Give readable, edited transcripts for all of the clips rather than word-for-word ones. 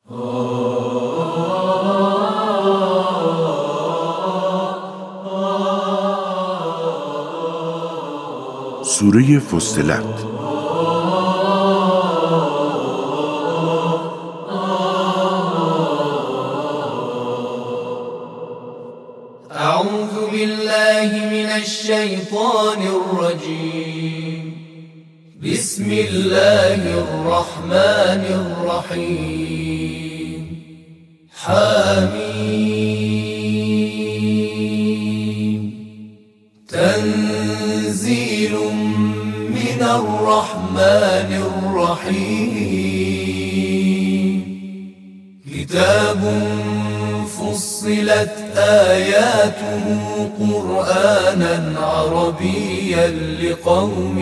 سوره فصلت. اعوذ بالله من الشیطان الرجیم. بسم الله الرحمن الرحیم. حمیم. تنزیل من الرحمن الرحیم. کتاب فصلت آیاته قرآنا عربیا لقوم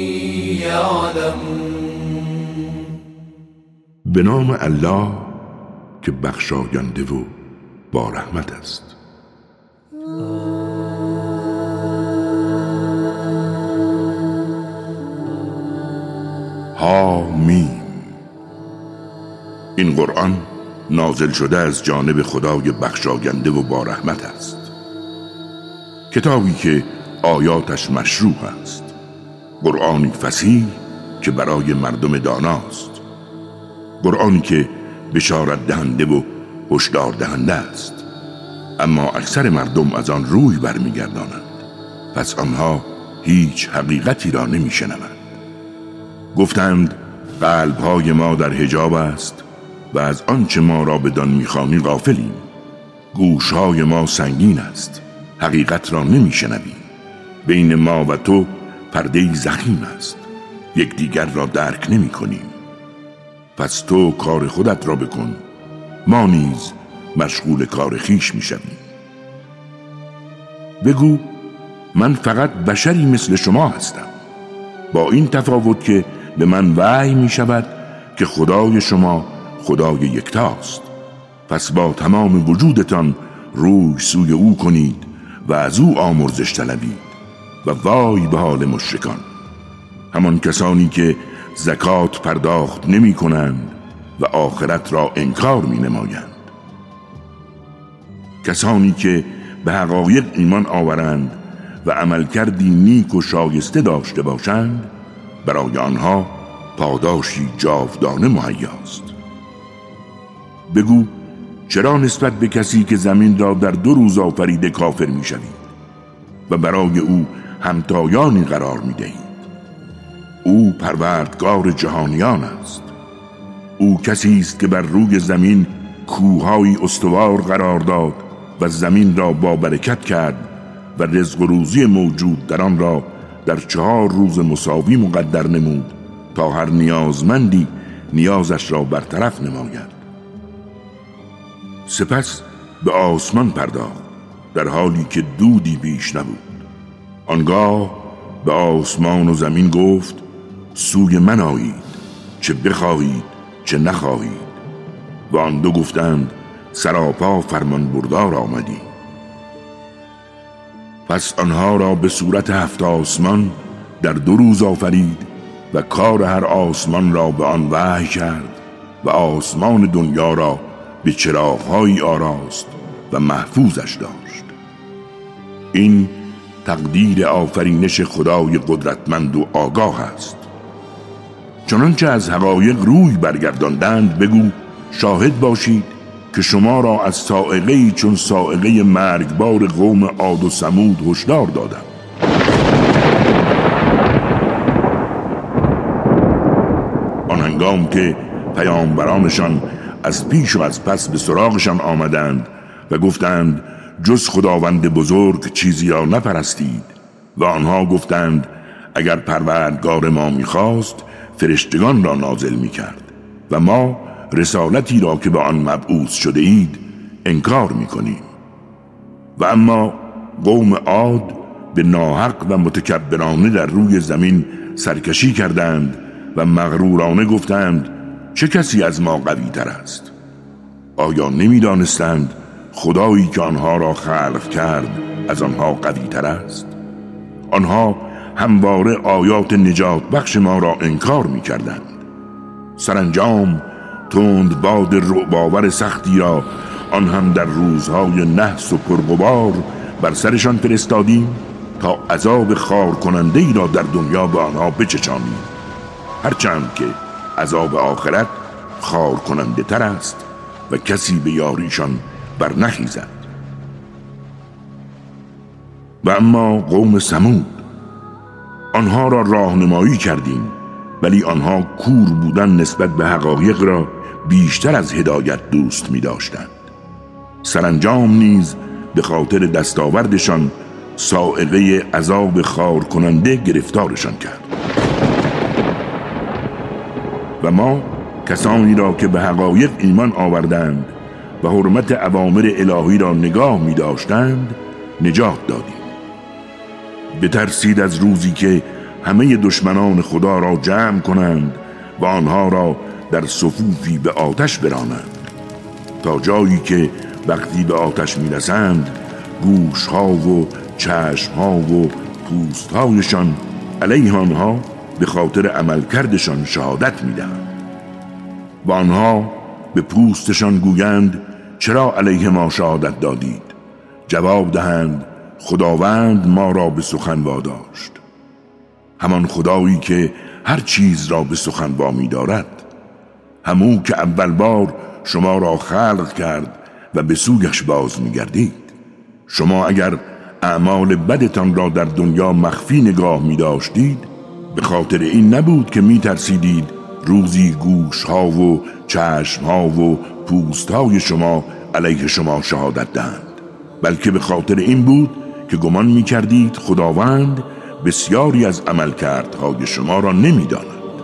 یعلمون. به نام الله که بخشاینده و با رحمت است. حمیم. این قرآن نازل شده از جانب خدای بخشاینده و با رحمت است. کتابی که آیاتش مشروح است. قرآنی فصیح که برای مردم داناست. قرآنی که بشارت دهنده و هشدار دهنده است. اما اکثر مردم از آن روی برمیگردانند، پس آنها هیچ حقیقتی را نمیشنوند. گفتند قلب‌های ما در حجاب است و از آنچه ما را بدان می‌خوانی غافلیم. گوش‌های ما سنگین است، حقیقت را نمی‌شنویم. بین ما و تو پرده‌ای ضخیم است، یکدیگر را درک نمی‌کنیم. پس تو کار خودت را بکن، ما نیز مشغول کار خویش می‌شویم. بگو من فقط بشری مثل شما هستم، با این تفاوت که به من وحی می‌شود که خدای شما خدای یکتاست. پس با تمام وجودتان روی سوی او کنید و از او آمرزش طلبید. و وای به حال مشرکان، همان کسانی که زکات پرداخت نمی کنند و آخرت را انکار می نمایند. کسانی که به حقایق ایمان آورند و عملکردی نیک و شایسته داشته باشند، برای آنها پاداشی جاودانه مهیاست. بگو چرا نسبت به کسی که زمین را در 2 روز آفریده کافر می شوید و برای او همتایانی قرار می دهید؟ او پروردگار جهانیان است. او کسی است که بر روی زمین کوههای استوار قرار داد و زمین را با برکت کرد و رزق و روزی موجود در آن را در 4 روز مساوی مقدر نمود تا هر نیازمندی نیازش را برطرف نماید. سپس به آسمان پرداخت در حالی که دودی بیش نبود. آنگاه به آسمان و زمین گفت سوی من آیید، چه بخواهید چه نخواهید. و آن دو گفتند سراپا فرمان بردار آمدی. پس آنها را به صورت 7 آسمان در 2 روز آفرید و کار هر آسمان را به آن وحی کرد و آسمان دنیا را به چراغ‌هایی آراست و محفوظش داشت. این تقدیر آفرینش خدای قدرتمند و آگاه است. چنانچه از حقایق روی برگرداندند بگو شاهد باشید که شما را از صاعقه‌ای چون صاعقه مرگبار قوم عاد و ثمود هشدار دادم. آن هنگام که پیامبرانشان از پیش و از پس به سراغشان آمدند و گفتند جز خداوند بزرگ چیزی را نپرستید و آنها گفتند اگر پروردگار ما می‌خواست فرشتگان را نازل می‌کرد و ما رسالتی را که به آن مبعوث شده اید انکار می‌کنیم. و اما قوم عاد به ناحق و متکبرانه در روی زمین سرکشی کردند و مغرورانه گفتند چه کسی از ما قوی تر است؟ آیا نمی دانستند خدایی که آنها را خلق کرد از آنها قوی تر است؟ آنها همواره آیات نجات بخش ما را انکار می کردند. سرانجام تند باد رعب‌آور سختی را آن هم در روزهای نحس و پرغبار بر سرشان فرستادیم تا عذاب خار کننده ای را در دنیا به آنها بچشانیم، هرچند که عذاب آخرت خار کننده تر است و کسی به یاریشان بر نخیزد. و اما قوم ثمود، آنها را راهنمایی کردیم، ولی آنها کور بودن نسبت به حقایق را بیشتر از هدایت دوست می داشتند. سرانجام نیز به خاطر دستاوردشان صاعقه عذاب خار کننده گرفتارشان کرد. و ما کسانی را که به حقایق ایمان آوردند و حرمت اوامر الهی را نگاه می داشتند نجات دادیم. بترسید از روزی که همه دشمنان خدا را جمع کنند و آنها را در صفوفی به آتش برانند، تا جایی که وقتی به آتش می رسند گوشها و چشمها و پوستهایشان علیه آنها به خاطر عملکردشان شهادت می دهند و آنها به پوستشان گویند چرا علیه ما شهادت دادید؟ جواب دهند خداوند ما را به سخن واداشت، همان خدایی که هر چیز را به سخن وامی دارد، همو که اول بار شما را خلق کرد و به سویش باز می گردید. شما اگر اعمال بدتان را در دنیا مخفی نگاه می داشتید، به خاطر این نبود که می ترسیدید روزی گوش ها و چشم ها و پوست های شما علیه شما شهادت دهند، بلکه به خاطر این بود که گمان می کردید خداوند بسیاری از عملکردهای شما را نمی داند.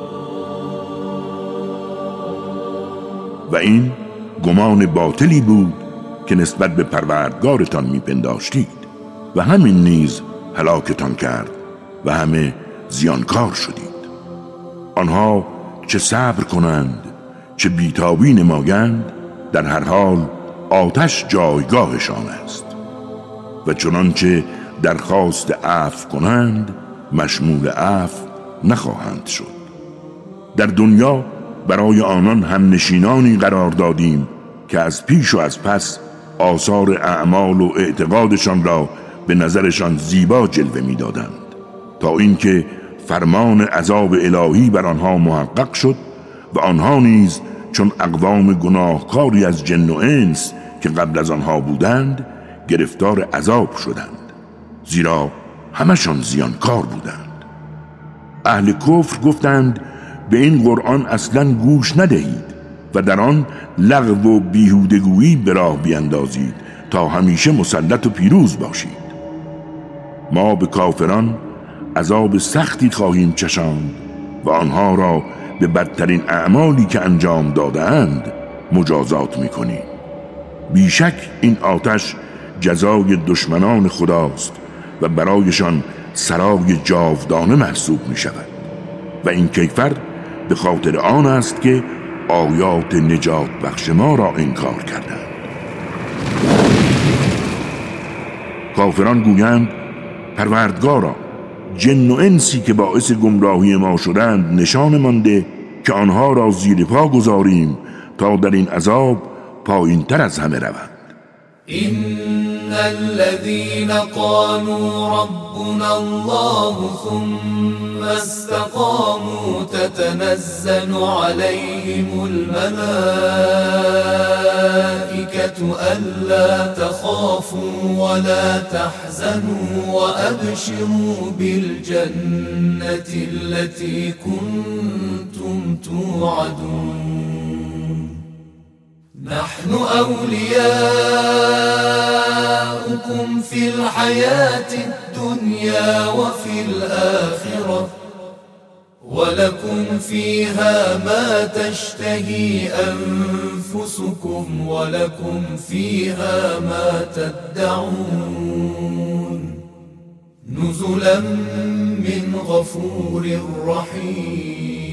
و این گمان باطلی بود که نسبت به پروردگارتان می پنداشتید و همین نیز هلاکتان کرد و همه زیانکار شدید. آنها چه صبر کنند چه بیتابی نمایند، در هر حال آتش جایگاهشان است و چنانچه درخواست عفو کنند مشمول عفو نخواهند شد. در دنیا برای آنان هم نشینانی قرار دادیم که از پیش و از پس آثار اعمال و اعتقادشان را به نظرشان زیبا جلوه می دادند، تا اینکه فرمان عذاب الهی بر آنها محقق شد و آنها نیز چون اقوام گناهکاری از جن و انس که قبل از آنها بودند گرفتار عذاب شدند، زیرا همشان زیانکار بودند. اهل کفر گفتند به این قرآن اصلاً گوش ندهید و در آن لغو و بیهودگویی به راه بیندازید تا همیشه مسلط و پیروز باشید. ما به کافران عذاب سختی خواهیم چشاند و آنها را به بدترین اعمالی که انجام داده‌اند مجازات می‌کنیم. بیشک این آتش جزای دشمنان خداست و برایشان سرای جاودانه محسوب می‌شود و این کیفر به خاطر آن است که آیات نجات بخش ما را انکار کردند. کافران گویند پروردگارا، جن و انسی که باعث گمراهی ما شدند نشان مانده که آنها را زیر پا گذاریم تا در این عذاب پایین تر از همه روند. إن الذين قالوا ربنا الله ثم استقاموا تتنزل عليهم الملائكة ألا تخافوا ولا تحزنوا وأبشروا بالجنة التي كنتم توعدون نحن أولياؤكم في الحياة الدنيا وفي الآخرة ولكم فيها ما تشتهي أنفسكم ولكم فيها ما تدعون نزلا من غفور رحیم.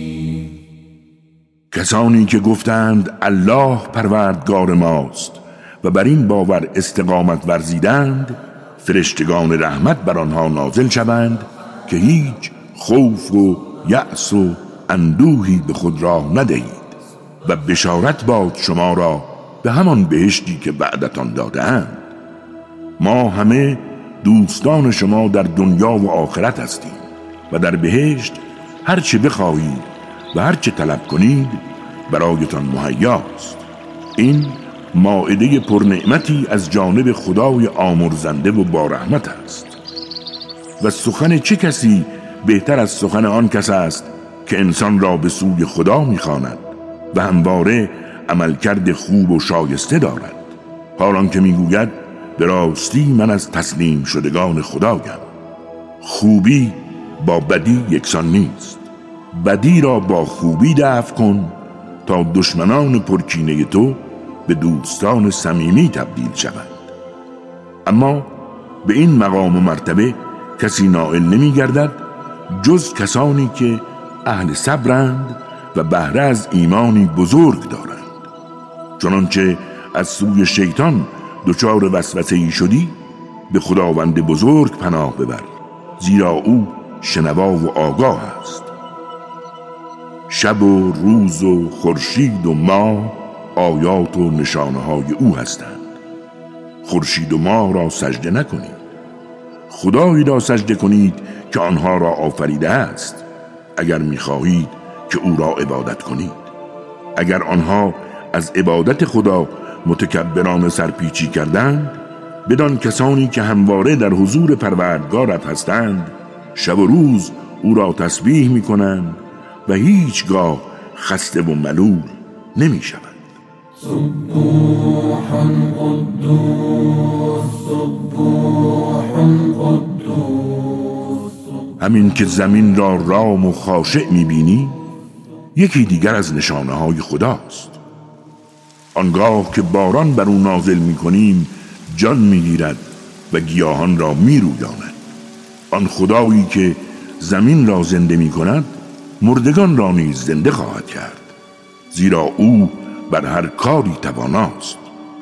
کسانی که گفتند الله پروردگار ماست و بر این باور استقامت ورزیدند، فرشتگان رحمت بر آنها نازل شوند که هیچ خوف و یأس و اندوهی به خود راه ندهید و بشارت باد شما را به همان بهشتی که وعدتان داده‌اند. ما همه دوستان شما در دنیا و آخرت هستیم و در بهشت هر چه بخواهید و هر چه طلب کنید برایتان مهیاست. این مائده پرنعمتی از جانب خدای آمرزنده و با رحمت است. و سخن چه کسی بهتر از سخن آن کس است که انسان را به سوی خدا می‌خواند و همواره عملکرد خوب و شایسته دارد، حالان که میگوید به راستی من از تسلیم شدگان خدایم. خوبی با بدی یکسان نیست. بدی را با خوبی دفع کن تا دشمنان پرکینه تو به دوستان صمیمی تبدیل شوند. اما به این مقام و مرتبه کسی نائل نمی گردد جز کسانی که اهل صبرند و بهره از ایمانی بزرگ دارند. چنانچه از سوی شیطان دچار وسوسه‌ای شدی به خداوند بزرگ پناه ببر، زیرا او شنوا و آگاه است. شب و روز و خورشید و ماه آیات و نشانه های او هستند. خورشید و ماه را سجده نکنید، خدایی را سجده کنید که آنها را آفریده است، اگر می‌خواهید که او را عبادت کنید. اگر آنها از عبادت خدا متکبرانه سرپیچی کردند، بدان کسانی که همواره در حضور پروردگارت هستند شب و روز او را تسبیح می‌کنند و هیچگاه خسته و ملول نمی‌شوند. سبوح قدوس سبوح قدوس. همین که زمین را رام و خاشع می‌بینی یکی دیگر از نشانه های خداست. آنگاه که باران بر او نازل می‌کنیم جان می‌گیرد و گیاهان را می‌رویاند. آن خدایی که زمین را زنده می‌کند مردگان را نیز زنده خواهد کرد، زیرا او بر هر کاری تواناست.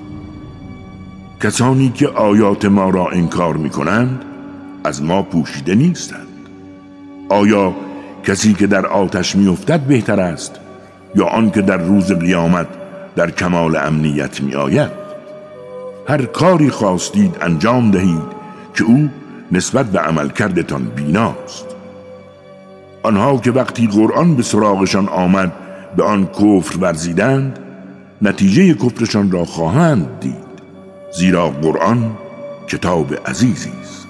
کسانی که آیات ما را انکار می‌کنند از ما پوشیده نیستند. آیا کسی که در آتش می‌افتد بهتر است یا آن که در روز قیامت در کمال امنیت می‌آید؟ هر کاری خواستید انجام دهید که او نسبت به عمل کردتان بیناست. آنها که وقتی قرآن به سراغشان آمد به آن کفر ورزیدند، نتیجه کفرشان را خواهند دید، زیرا قرآن کتاب عزیزی است.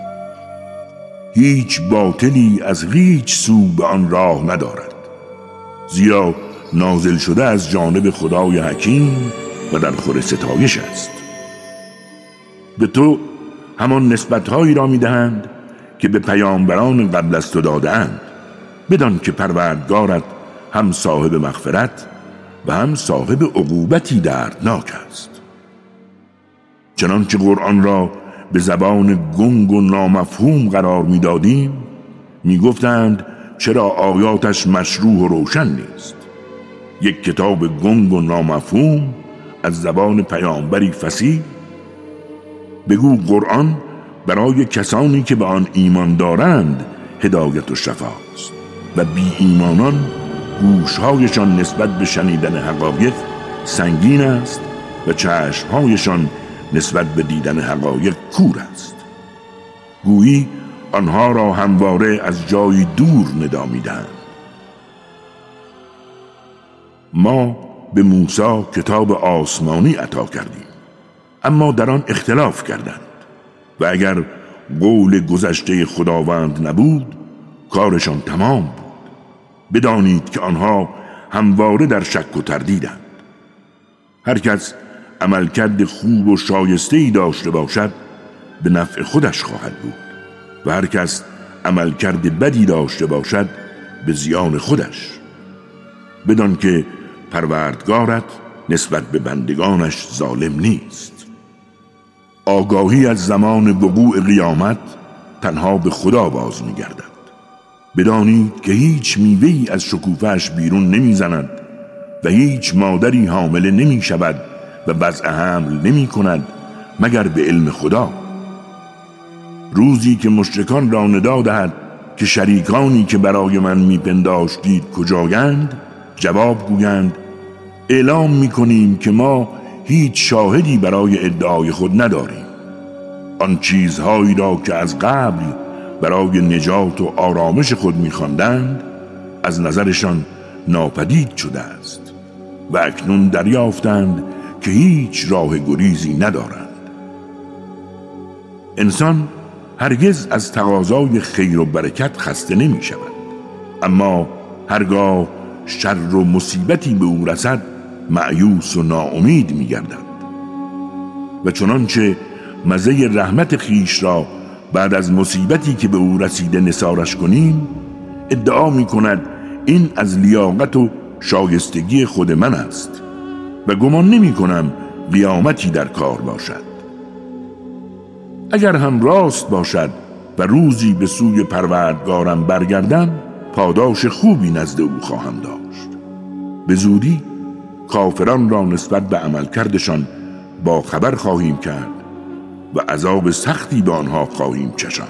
هیچ باطلی از هیچ سو به آن راه ندارد، زیرا نازل شده از جانب خدای حکیم و در خور ستایش است. به تو همان نسبت‌هایی را می‌دهند که به پیامبران قبل از تو داده‌اند، بدان که پروردگارت هم صاحب مغفرت و هم صاحب عقوبتی دردناک است. چنانچه قرآن را به زبان گنگ و نامفهوم قرار می‌دادیم، می‌گفتند چرا آیاتش مشروح و روشن نیست. یک کتاب گنگ و نامفهوم از زبان پیامبری فصیح؟ بگو قرآن برای کسانی که به آن ایمان دارند هدایت و شفاست و بی ایمانان گوشهایشان نسبت به شنیدن حقایق سنگین است و چشمهایشان نسبت به دیدن حقایق کور است. گویی آنها را همواره از جای دور ندا می‌دهند. ما به موسی کتاب آسمانی عطا کردیم، اما در آن اختلاف کردند و اگر قول گذشته خداوند نبود کارشان تمام بود. بدانید که آنها همواره در شک و تردیدند. هر کس عملکرد خوب و شایسته‌ای داشته باشد به نفع خودش خواهد بود و هر کس عملکرد بدی داشته باشد به زیان خودش. بدان که پروردگارت نسبت به بندگانش ظالم نیست. آگاهی از زمان وقوع قیامت تنها به خدا باز می‌گردد. بدانید که هیچ میوه‌ای از شکوفه‌اش بیرون نمی‌زند و هیچ مادری حامله نمی‌شود و وضع حمل نمی‌کند مگر به علم خدا. روزی که مشرکان را ندا دهد که شریکانی که برای من میپنداشتید کجایند، جواب گویند اعلام می‌کنیم که ما هیچ شاهدی برای ادعای خود نداریم. آن چیزهایی را که از قبل برای نجات و آرامش خود می‌خواندند از نظرشان ناپدید شده است و اکنون دریافتند که هیچ راه گریزی ندارند. انسان هرگز از تقاضای خیر و برکت خسته نمی شود، اما هرگاه شر و مصیبتی به او رسد مأیوس و ناامید می گردد و چنانچه مزه رحمت خیش را بعد از مصیبتی که به او رسیده نثارش کنیم، ادعا می کند این از لیاقت و شایستگی خود من است و گمان نمی کنم قیامتی در کار باشد. اگر هم راست باشد و روزی به سوی پروردگارم برگردم، پاداش خوبی نزد او خواهم داشت. به زودی کافران را نسبت به عملکردشان با خبر خواهیم کرد و عذاب سختی به آنها خواهیم چشاند.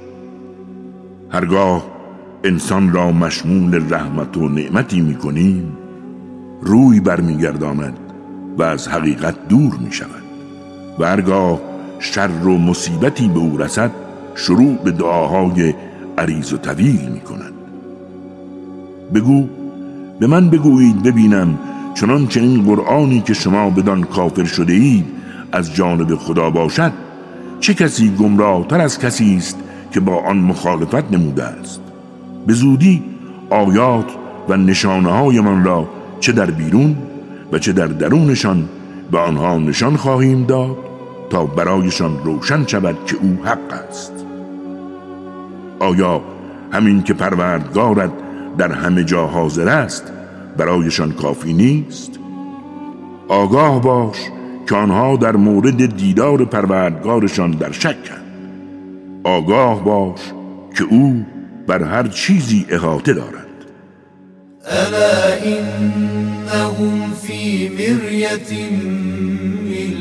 هرگاه انسان را مشمول رحمت و نعمتی می کنیم، روی برمیگرداند و از حقیقت دور می شود و هرگاه شر و مصیبتی به او رسد شروع به دعاهای عریض و طویل می کند. به من بگویید ببینم، چنانچه این قرآنی که شما بدان کافر شده اید از جانب خدا باشد، چه کسی گمراه تر از کسی است که با آن مخالفت نموده است؟ به زودی آیات و نشانه های من را چه در بیرون و چه در درونشان به آنها نشان خواهیم داد تا برایشان روشن شود که او حق است. آیا همین که پروردگارت در همه جا حاضر است برایشان کافی نیست؟ آگاه باش که آنها در مورد دیدار پروردگارشان در شکند. آگاه باش که او بر هر چیزی احاطه دارد. الا انهم فی مریة من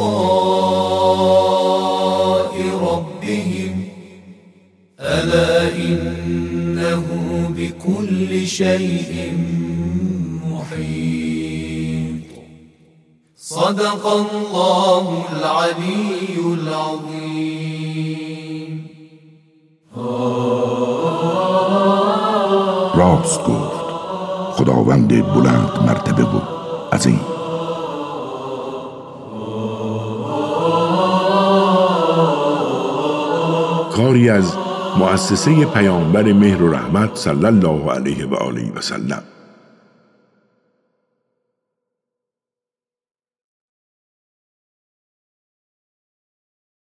لقاء ربهم الا انه بكل شيء محيط. صدق الله العلي العظيم. راست گفت خداوند بلند مرتبه و عظیم. کاری از مؤسسه پیامبر مهر و رحمت صلی الله علیه و آله و سلم.